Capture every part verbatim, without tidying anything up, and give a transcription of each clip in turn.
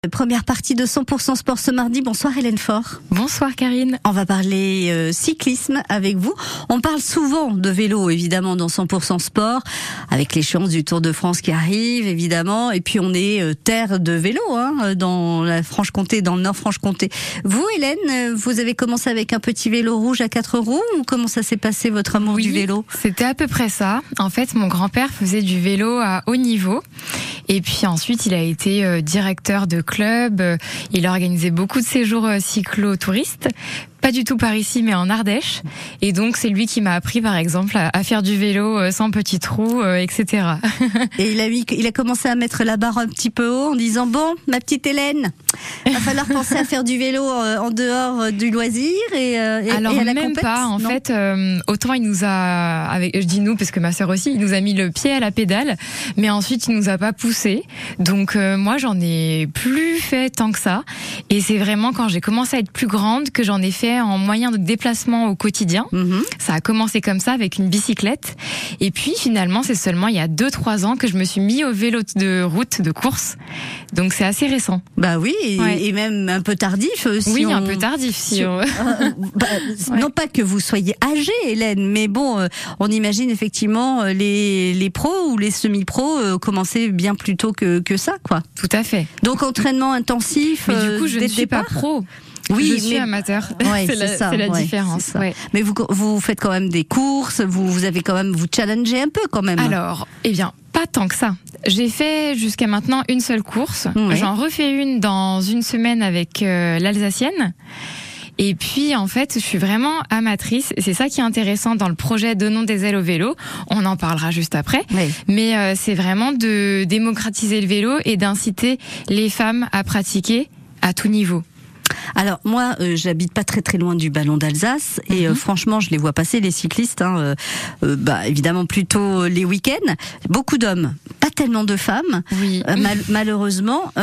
Première partie de cent pour cent sport ce mardi. Bonsoir Hélène Faure. Bonsoir Karine. On va parler euh, cyclisme avec vous. On parle souvent de vélo évidemment dans cent pour cent sport, avec l'échéance du Tour de France qui arrive évidemment. Et puis on est euh, terre de vélo hein, dans la Franche-Comté, dans le Nord Franche-Comté. Vous Hélène, vous avez commencé avec un petit vélo rouge à quatre roues ou comment ça s'est passé votre amour oui, du vélo? C'était à peu près ça. En fait, mon grand-père faisait du vélo à haut niveau. Et puis ensuite, il a été euh, directeur de club. Il a organisé beaucoup de séjours euh, cyclo-touristes. Pas du tout par ici, mais en Ardèche. Et donc, c'est lui qui m'a appris, par exemple, à, à faire du vélo euh, sans petits trous, euh, et cetera. Et il a, mis, il a commencé à mettre la barre un petit peu haut en disant « Bon, ma petite Hélène, il va falloir penser à faire du vélo euh, en dehors euh, du loisir et, euh, et, Alors, et à la même compète, pas. En non fait, euh, autant il nous a, avec, je dis nous parce que ma sœur aussi, il nous a mis le pied à la pédale, mais ensuite, il nous a pas poussé. Donc, euh, moi, j'en ai plus fait tant que ça. Et c'est vraiment quand j'ai commencé à être plus grande que j'en ai fait en moyen de déplacement au quotidien. Mmh. Ça a commencé comme ça avec une bicyclette. Et puis finalement, c'est seulement il y a deux trois ans que je me suis mis au vélo de route, de course. Donc c'est assez récent. Bah oui, et, ouais. et même un peu tardif. Si oui, on... un peu tardif. Si si on... euh, bah, ouais. Non pas que vous soyez âgée, Hélène, mais bon, euh, on imagine effectivement les, les pros ou les semi-pros euh, commencer bien plus tôt que, que ça, quoi. Tout à fait. Donc entraînement intensif. Mais du coup, je euh, ne suis départ. pas pro. Oui, je suis mais... amateur. Ouais, c'est, la, ça, c'est la ouais, différence. C'est ouais. Mais vous, vous faites quand même des courses, vous, vous avez quand même vous challenger un peu quand même. Alors, eh bien, pas tant que ça. J'ai fait jusqu'à maintenant une seule course. Ouais. J'en refais une dans une semaine avec euh, l'Alsacienne. Et puis, en fait, je suis vraiment amatrice. C'est ça qui est intéressant dans le projet Donnons des ailes au vélo. On en parlera juste après. Oui. Mais euh, c'est vraiment de démocratiser le vélo et d'inciter les femmes à pratiquer à tout niveau. Alors moi, euh, j'habite pas très très loin du Ballon d'Alsace et euh, mm-hmm. franchement, je les vois passer les cyclistes. Hein, euh, euh, bah évidemment plutôt les week-ends. Beaucoup d'hommes, pas tellement de femmes. Oui. Euh, mal- malheureusement,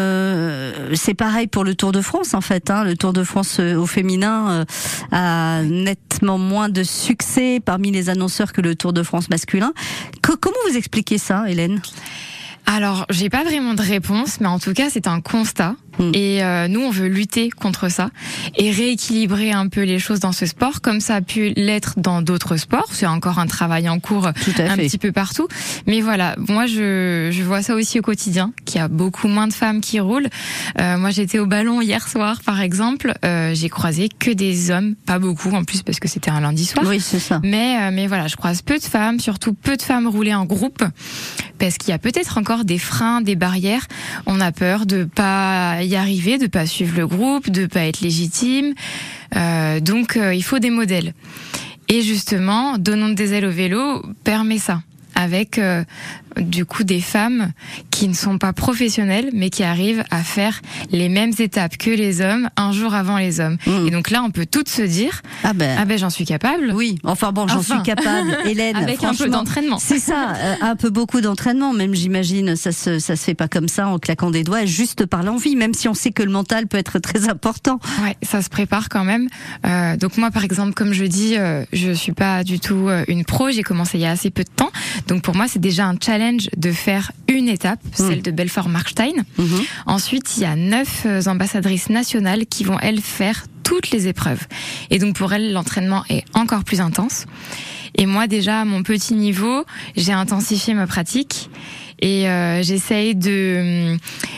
euh, c'est pareil pour le Tour de France en fait. Hein, le Tour de France euh, au féminin euh, a nettement moins de succès parmi les annonceurs que le Tour de France masculin. Que, comment vous expliquez ça, Hélène ? Alors, j'ai pas vraiment de réponse, mais en tout cas, c'est un constat. Mmh. Et euh, nous, on veut lutter contre ça et rééquilibrer un peu les choses dans ce sport, comme ça a pu l'être dans d'autres sports. C'est encore un travail en cours un fait. petit peu partout. Mais voilà, moi, je, je vois ça aussi au quotidien, qu'il y a beaucoup moins de femmes qui roulent. Euh, moi, j'étais au ballon hier soir, par exemple. Euh, j'ai croisé que des hommes, pas beaucoup en plus, parce que c'était un lundi soir. Oui, c'est ça. Mais, euh, mais voilà, je croise peu de femmes, surtout peu de femmes rouler en groupe, parce qu'il y a peut-être encore des freins, des barrières. On a peur de pas y arriver, de pas suivre le groupe, de pas être légitime. Euh, donc, euh, il faut des modèles. Et justement, Donnons des ailes au vélo permet ça. Avec euh, du coup des femmes qui ne sont pas professionnelles mais qui arrivent à faire les mêmes étapes que les hommes un jour avant les hommes. Mmh. Et donc là on peut toutes se dire ah ben, ah ben j'en suis capable. Oui, enfin bon j'en enfin. suis capable, Hélène. Avec un peu d'entraînement. C'est ça, euh, un peu beaucoup d'entraînement. Même j'imagine ça se ça se fait pas comme ça en claquant des doigts, juste par l'envie. Même si on sait que le mental peut être très important. Ouais, ça se prépare quand même. Euh, donc moi par exemple comme je dis, euh, je suis pas du tout euh, une pro. J'ai commencé il y a assez peu de temps. Donc pour moi, c'est déjà un challenge de faire une étape, mmh. celle de Belfort-Markstein. Mmh. Ensuite, il y a neuf ambassadrices nationales qui vont, elles, faire toutes les épreuves. Et donc pour elles, l'entraînement est encore plus intense. Et moi, déjà, à mon petit niveau, j'ai intensifié ma pratique. Et euh, j'essaye de,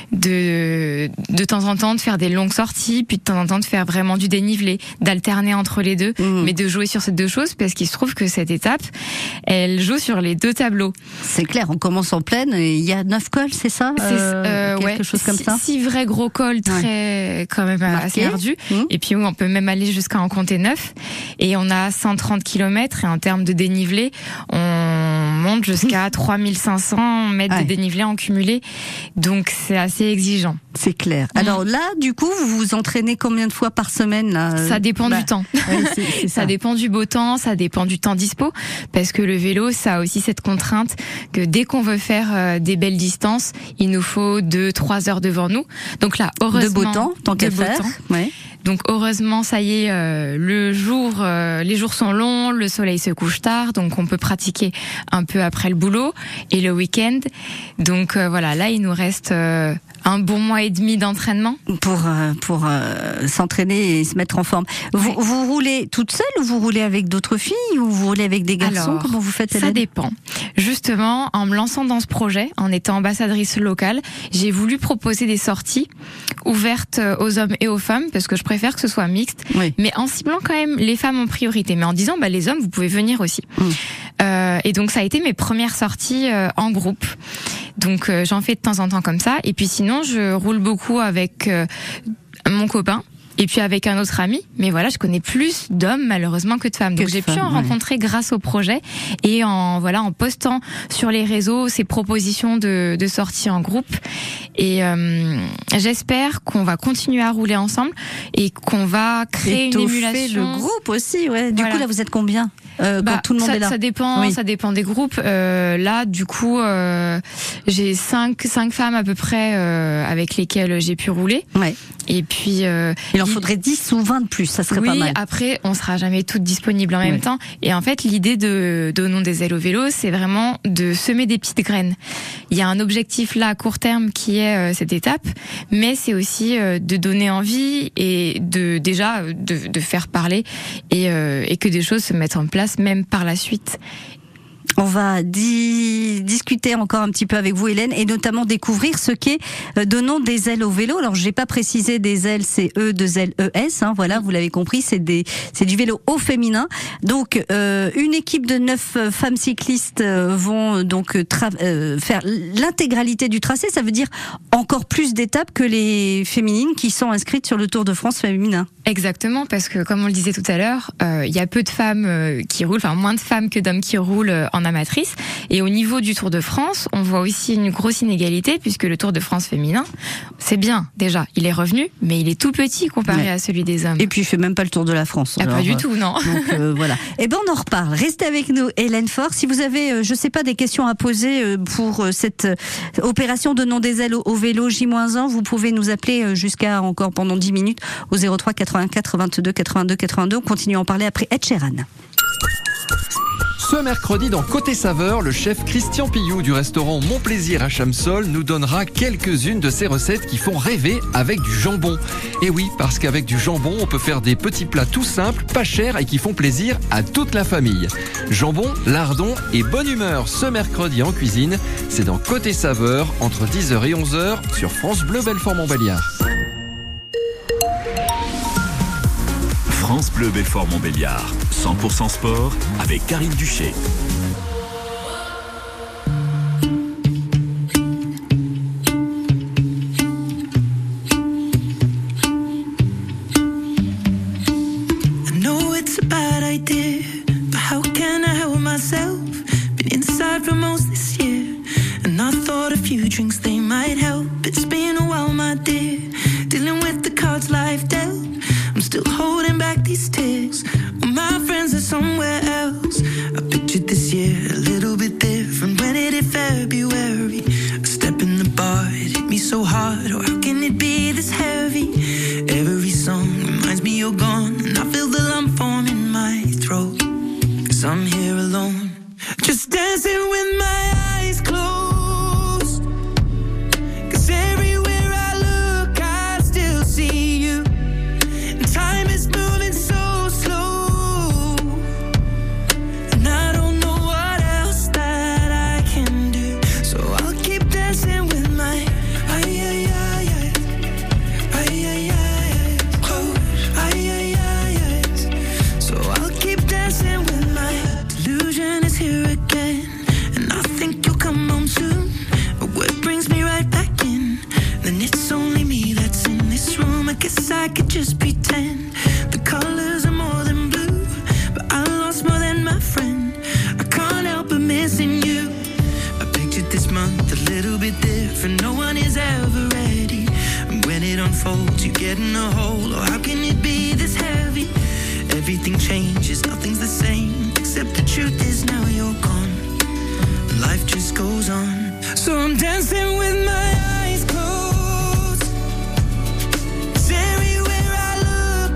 de de temps en temps de faire des longues sorties, puis de temps en temps de faire vraiment du dénivelé, d'alterner entre les deux, mmh. mais de jouer sur ces deux choses parce qu'il se trouve que cette étape, elle joue sur les deux tableaux. C'est clair, on commence en pleine, et il y a neuf cols, c'est ça c'est, euh, Quelque ouais, chose comme six, ça six vrais gros cols très ouais. quand même Marqué. assez ardus, mmh. et puis on peut même aller jusqu'à en compter neuf, et on a cent trente kilomètres, et en termes de dénivelé, on monte jusqu'à trois mille cinq cents mètres ouais. de dénivelé en cumulé, donc c'est assez exigeant. C'est clair. Mmh. Alors là, du coup, vous vous entraînez combien de fois par semaine là Ça dépend bah, du temps. Ouais, c'est, c'est ça. ça dépend du beau temps, ça dépend du temps dispo, parce que le vélo, ça a aussi cette contrainte que dès qu'on veut faire euh, des belles distances, il nous faut deux, trois heures devant nous. Donc là, heureusement, de beau temps, tant qu'à faire. Temps. Ouais. Donc heureusement, ça y est, euh, le jour, euh, les jours sont longs, le soleil se couche tard, donc on peut pratiquer un peu après le boulot et le week-end. Donc euh, voilà, là il nous reste euh, un bon mois et demi d'entraînement pour euh, pour euh, s'entraîner et se mettre en forme. Vous, oui. vous roulez toute seule ou vous roulez avec d'autres filles ou vous roulez avec des garçons? Alors, comment vous faites, Hélène? Ça dépend. Justement, en me lançant dans ce projet, en étant ambassadrice locale, j'ai voulu proposer des sorties ouvertes aux hommes et aux femmes parce que je préfère que ce soit mixte, oui. mais en ciblant quand même les femmes en priorité, mais en disant bah les hommes vous pouvez venir aussi. Mmh. Euh, et donc ça a été mes premières sorties euh, en groupe. Donc euh, j'en fais de temps en temps comme ça. Et puis sinon je roule beaucoup avec euh, mon copain. Et puis avec un autre ami, mais voilà, je connais plus d'hommes malheureusement que de femmes. Donc j'ai pu en rencontrer grâce au projet et en voilà en postant sur les réseaux ces propositions de, de sortie en groupe. Et euh, j'espère qu'on va continuer à rouler ensemble et qu'on va créer une émulation. Le groupe aussi, ouais. Du voilà. coup là, vous êtes combien euh, bah, quand tout le monde ça, est là? Ça dépend, oui. ça dépend des groupes. Euh, là, du coup, euh, j'ai cinq cinq femmes à peu près euh, avec lesquelles j'ai pu rouler. Ouais. Et puis euh, il en faudrait dix ou vingt de plus, ça serait oui, pas mal. Après, on sera jamais toutes disponibles en même ouais. temps. Et en fait, l'idée de Donnons des ailes au vélo, c'est vraiment de semer des petites graines. Il y a un objectif là à court terme qui est euh, cette étape, mais c'est aussi euh, de donner envie et de déjà de, de faire parler et, euh, et que des choses se mettent en place même par la suite. On va di- discuter encore un petit peu avec vous, Hélène, et notamment découvrir ce qu'est euh, Donnons des ailes au vélo. Alors, j'ai pas précisé des ailes, c'est E, deux L, E, S. Hein, voilà, vous l'avez compris, c'est des, c'est du vélo au féminin. Donc, euh, une équipe de neuf femmes cyclistes euh, vont donc tra- euh, faire l'intégralité du tracé. Ça veut dire encore plus d'étapes que les féminines qui sont inscrites sur le Tour de France féminin. Exactement, parce que comme on le disait tout à l'heure, euh, il y a peu de femmes euh, qui roulent, enfin moins de femmes que d'hommes qui roulent euh, en amatrice. Et au niveau du Tour de France, on voit aussi une grosse inégalité puisque le Tour de France féminin, c'est bien déjà, il est revenu, mais il est tout petit comparé ouais. à celui des hommes. Et puis il fait même pas le Tour de la France. Ah, alors, pas du tout, non. Donc euh, voilà. Et ben on en reparle. Restez avec nous, Hélène Faure. Si vous avez, euh, je sais pas, des questions à poser euh, pour euh, cette euh, opération Donnons des ailes au, au vélo J moins un, vous pouvez nous appeler euh, jusqu'à encore pendant dix minutes au zéro trois quatre-vingt-quatre vingt-deux quatre-vingt-deux quatre-vingt-deux. On continue à en parler après Ed Sheeran. Ce mercredi, dans Côté Saveur, le chef Christian Pillou du restaurant Mon Plaisir à Chamsol nous donnera quelques-unes de ses recettes qui font rêver avec du jambon. Et oui, parce qu'avec du jambon, on peut faire des petits plats tout simples, pas chers et qui font plaisir à toute la famille. Jambon, lardon et bonne humeur ce mercredi en cuisine, c'est dans Côté Saveur entre dix heures et onze heures sur France Bleu Belfort-Montbéliard. France Bleu Belfort-Montbéliard, cent pour cent sport avec Karine Duché. I know it's a bad idea, but how can I help myself? Been inside for most this year, and I thought a few drinks they might help. It's been a while, my dear, dealing with the cards life dealt. I'm still holding back these tears. Well, my friends are somewhere else. I pictured this year a little bit different. When it hit February, a step in the bar, it hit me so hard. Oh, how can it be this heavy? Every song reminds me you're gone, and I feel the lump form in my throat. 'Cause I'm here alone, just dancing with my eyes closed. 'Cause everywhere I look, I still see you. Time is moving so slow, and I don't know what else that I can do. So I'll keep dancing with my ay ay ay ay ay ay ay close ay ay ay ay. So I'll keep dancing with my delusion is here again, and I think you'll come home soon. But what brings me right back in? Then it's only me that's in this room. I guess I could just pretend the colors are more than blue, but I lost more than my friend. I can't help but missing you. I pictured this month a little bit different. No one is ever ready, and when it unfolds, you get in a hole. Oh, how can it be this heavy? Everything changes, nothing's the same, except the truth is now you're gone. Life just goes on, so I'm dancing with my eyes closed. 'Cause everywhere I look,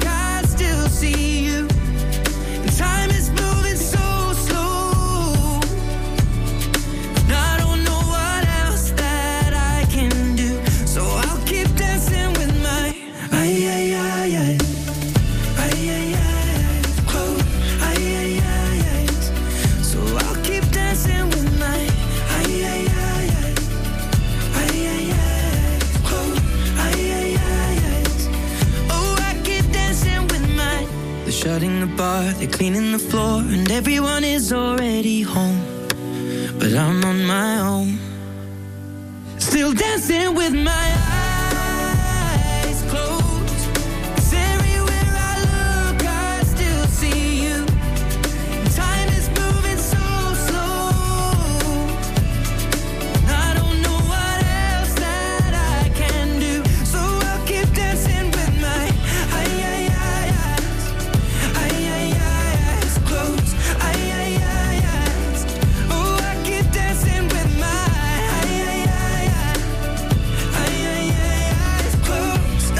shutting the bar, they're cleaning the floor, and everyone is already home. But I'm on my own, still dancing with my eyes closed. 'Cause everywhere I look, I still see you. Time is moving so slow. I don't know what else that I can do, so I'll keep dancing with my eyes, eyes, eyes closed. Eyes, eyes. Oh, I keep dancing with my eyes, eyes closed.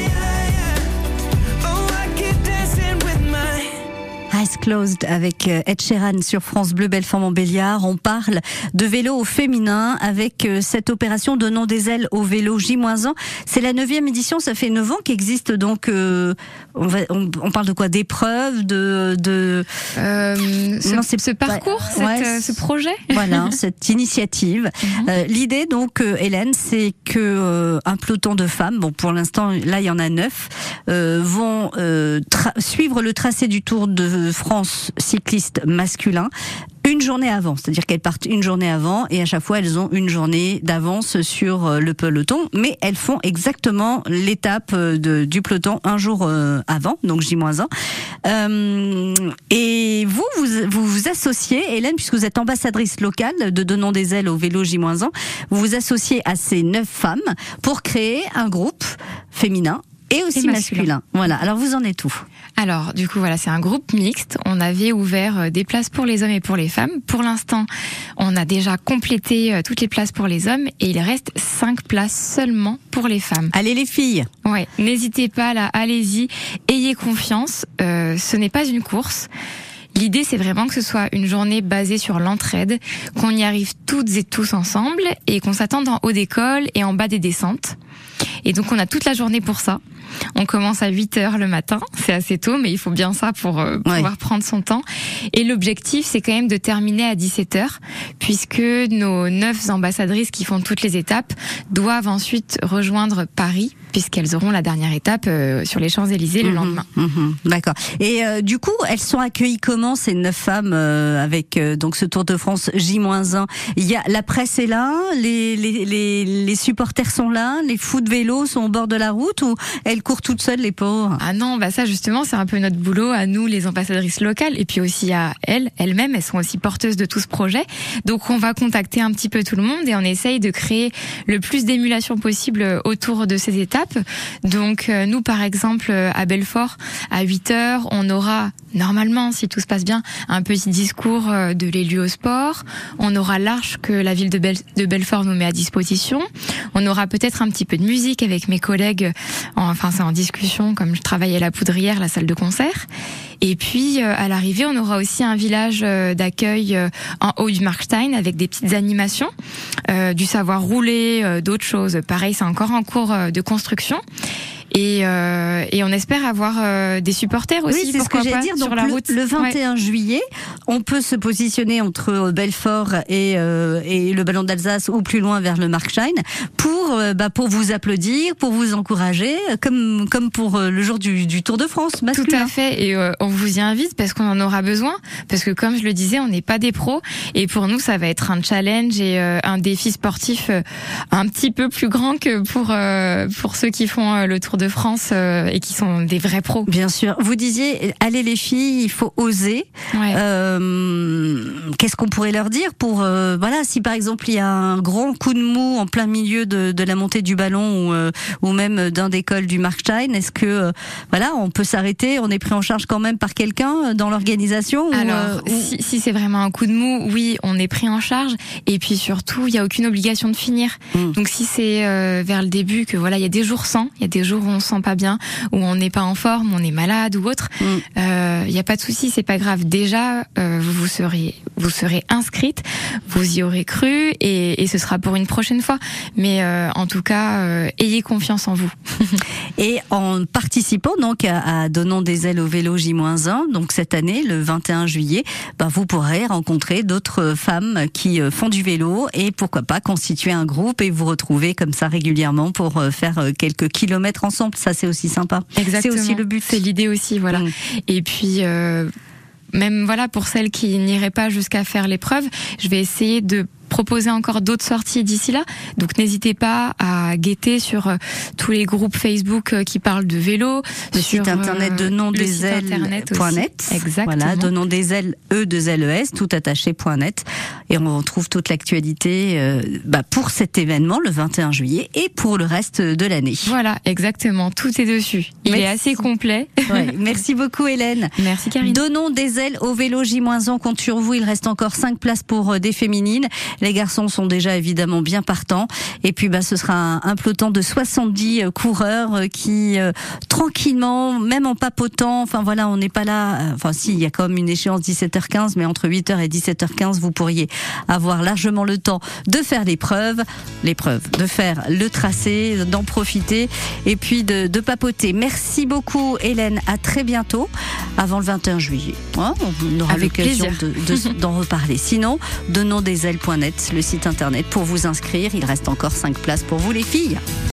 Oh, I keep dancing with my Eyes Closed avec Ed Sheeran sur France Bleu Belfort-Montbéliard. On parle de vélo au féminin avec cette opération Donnons des ailes au vélo J un. C'est la neuvième édition, ça fait neuf ans qu'existe donc. Euh, on, va, on, on parle de quoi? D'épreuves, de, de... Euh, ce, Non, c'est ce parcours, ouais, cette, ouais, euh, ce projet. Voilà, cette initiative. Mhm. Euh, L'idée donc, euh, Hélène, c'est que euh, un peloton de femmes, bon pour l'instant là il y en a neuf, euh, vont euh, tra- suivre le tracé du Tour de France cycliste masculin une journée avant, c'est-à-dire qu'elles partent une journée avant et à chaque fois elles ont une journée d'avance sur le peloton, mais elles font exactement l'étape de, du peloton un jour euh, avant, donc J un. Euh, et vous, vous, vous vous associez, Hélène, puisque vous êtes ambassadrice locale de Donnons des ailes au vélo J un, vous vous associez à ces neuf femmes pour créer un groupe féminin et aussi Et masculin. masculin. Voilà, alors vous en êtes où? Alors, du coup, voilà, c'est un groupe mixte. On avait ouvert des places pour les hommes et pour les femmes. Pour l'instant, on a déjà complété toutes les places pour les hommes et il reste cinq places seulement pour les femmes. Allez les filles! Ouais, n'hésitez pas là, allez-y, ayez confiance. Euh, ce n'est pas une course. L'idée, c'est vraiment que ce soit une journée basée sur l'entraide, qu'on y arrive toutes et tous ensemble et qu'on s'attende en haut des cols et en bas des descentes. Et donc, on a toute la journée pour ça. On commence à huit heures le matin, c'est assez tôt, mais il faut bien ça pour euh, pouvoir Ouais. prendre son temps. Et l'objectif, c'est quand même de terminer à dix-sept heures, puisque nos neuf ambassadrices qui font toutes les étapes doivent ensuite rejoindre Paris, puisqu'elles auront la dernière étape euh, sur les Champs-Élysées le Mhm, lendemain. mhm, d'accord. Et euh, du coup, elles sont accueillies comment ces neuf femmes euh, avec euh, donc ce Tour de France J un? Il y a la presse est là, les, les les les supporters sont là, les fous de vélo sont au bord de la route ou elles courent toutes seules les pauvres? Ah non, bah ça justement, c'est un peu notre boulot à nous, les ambassadrices locales, et puis aussi à elles, elles-mêmes, elles sont aussi porteuses de tout ce projet. Donc on va contacter un petit peu tout le monde et on essaye de créer le plus d'émulation possible autour de ces étapes. Donc euh, nous, par exemple, à Belfort, à huit heures, on aura normalement, si tout se passe bien, un petit discours euh, de l'élu au sport. On aura l'arche que la ville de, Bel- de Belfort nous met à disposition. On aura peut-être un petit peu de musique avec mes collègues. Enfin, c'est en discussion, comme je travaille à la Poudrière, la salle de concert. Et puis, euh, à l'arrivée, on aura aussi un village euh, d'accueil euh, en haut du Markstein avec des petites animations, euh, du savoir rouler, euh, d'autres choses. Pareil, c'est encore en cours euh, de construction. Et, euh, et on espère avoir euh, des supporters aussi. Oui, c'est ce que pourquoi j'allais pas, dire. sur Donc la le, route. le vingt et un Ouais. juillet, on peut se positionner entre Belfort et, euh, et le Ballon d'Alsace ou plus loin vers le Markstein pour euh, bah, pour vous applaudir, pour vous encourager, comme comme pour euh, le jour du, du Tour de France Tout masculin. à fait, et euh, on vous y invite parce qu'on en aura besoin, parce que comme je le disais, on n'est pas des pros, et pour nous ça va être un challenge et euh, un défi sportif euh, un petit peu plus grand que pour euh, pour ceux qui font euh, le Tour de France euh, et qui sont des vrais pros. Bien sûr. Vous disiez, allez les filles, il faut oser. Ouais. Euh, Qu'est-ce qu'on pourrait leur dire pour, euh, voilà, si par exemple il y a un grand coup de mou en plein milieu de, de la montée du ballon ou, euh, ou même d'un des cols du Markstein, est-ce que, euh, voilà, on peut s'arrêter, on est pris en charge quand même par quelqu'un dans l'organisation? Alors, ou, euh, ou- si, si c'est vraiment un coup de mou, oui, on est pris en charge. Et puis surtout, il n'y a aucune obligation de finir. Mm. Donc si c'est euh, vers le début que voilà, il y a des jours sans, il y a des jours où on se sent pas bien, où on n'est pas en forme, on est malade ou autre, il Mm. euh, n'y a pas de souci, c'est pas grave. Déjà, euh, vous vous serez, vous serez inscrite, vous y aurez cru, et, et ce sera pour une prochaine fois. Mais euh, en tout cas, euh, ayez confiance en vous. Et en participant donc à, à Donnons des ailes au vélo J un, donc cette année, le vingt et un juillet, bah vous pourrez rencontrer d'autres femmes qui euh, font du vélo et pourquoi pas constituer un groupe et vous retrouver comme ça régulièrement pour euh, faire euh, quelques kilomètres ensemble. ensemble. Ça, c'est aussi sympa. Exactement. C'est aussi le but. C'est l'idée aussi, voilà. Mmh. Et puis, euh, même voilà, pour celles qui n'iraient pas jusqu'à faire l'épreuve, je vais essayer de proposer encore d'autres sorties d'ici là. Donc n'hésitez pas à guetter sur euh, tous les groupes Facebook euh, qui parlent de vélo, le sur site internet de nom des ailes point net. Exactement. Voilà, de nom des ailes e deux l e s tout attaché point net, et on retrouve toute l'actualité euh, bah, pour cet événement le vingt et un juillet et pour le reste de l'année. Voilà, exactement, tout est dessus. Il Merci. est assez complet. Ouais, merci beaucoup Hélène. Merci Karine. Donnons des ailes au vélo J un, compte sur vous, il reste encore cinq places pour euh, des féminines. Les garçons sont déjà évidemment bien partants. Et puis bah, ce sera un, un peloton de soixante-dix euh, coureurs euh, qui, euh, tranquillement, même en papotant, enfin voilà, on n'est pas là, euh, enfin si, il y a quand même une échéance dix-sept heures quinze, mais entre huit heures et dix-sept heures quinze, vous pourriez avoir largement le temps de faire l'épreuve, l'épreuve, de faire le tracé, d'en profiter et puis de, de papoter. Merci beaucoup Hélène, à très bientôt, avant le vingt et un juillet. Hein, on aura Avec l'occasion plaisir. de, de, d'en reparler. Sinon, donnons des ailes point net, le site internet pour vous inscrire. Il reste encore cinq places pour vous les filles.